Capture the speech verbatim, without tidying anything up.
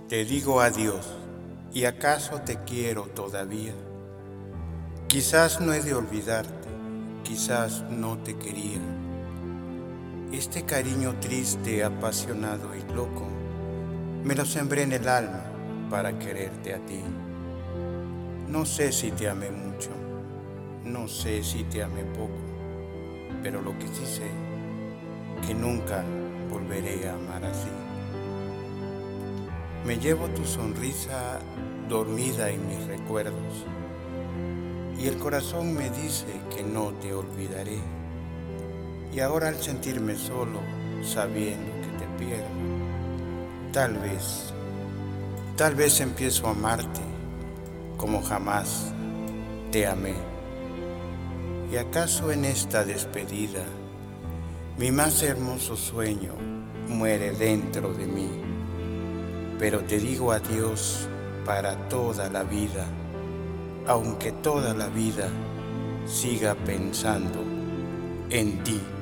Te digo adiós, ¿y acaso te quiero todavía? Quizás no he de olvidarte, quizás no te quería. Este cariño triste, apasionado y loco, me lo sembré en el alma para quererte a ti. No sé si te amé mucho, no sé si te amé poco, pero lo que sí sé, que nunca volveré a amar así. Me llevo tu sonrisa dormida en mis recuerdos y el corazón me dice que no te olvidaré. Y ahora al sentirme solo, sabiendo que te pierdo, tal vez, tal vez empiezo a amarte como jamás te amé. ¿Y acaso en esta despedida mi más hermoso sueño muere dentro de mí? Pero te digo adiós para toda la vida, aunque toda la vida siga pensando en ti.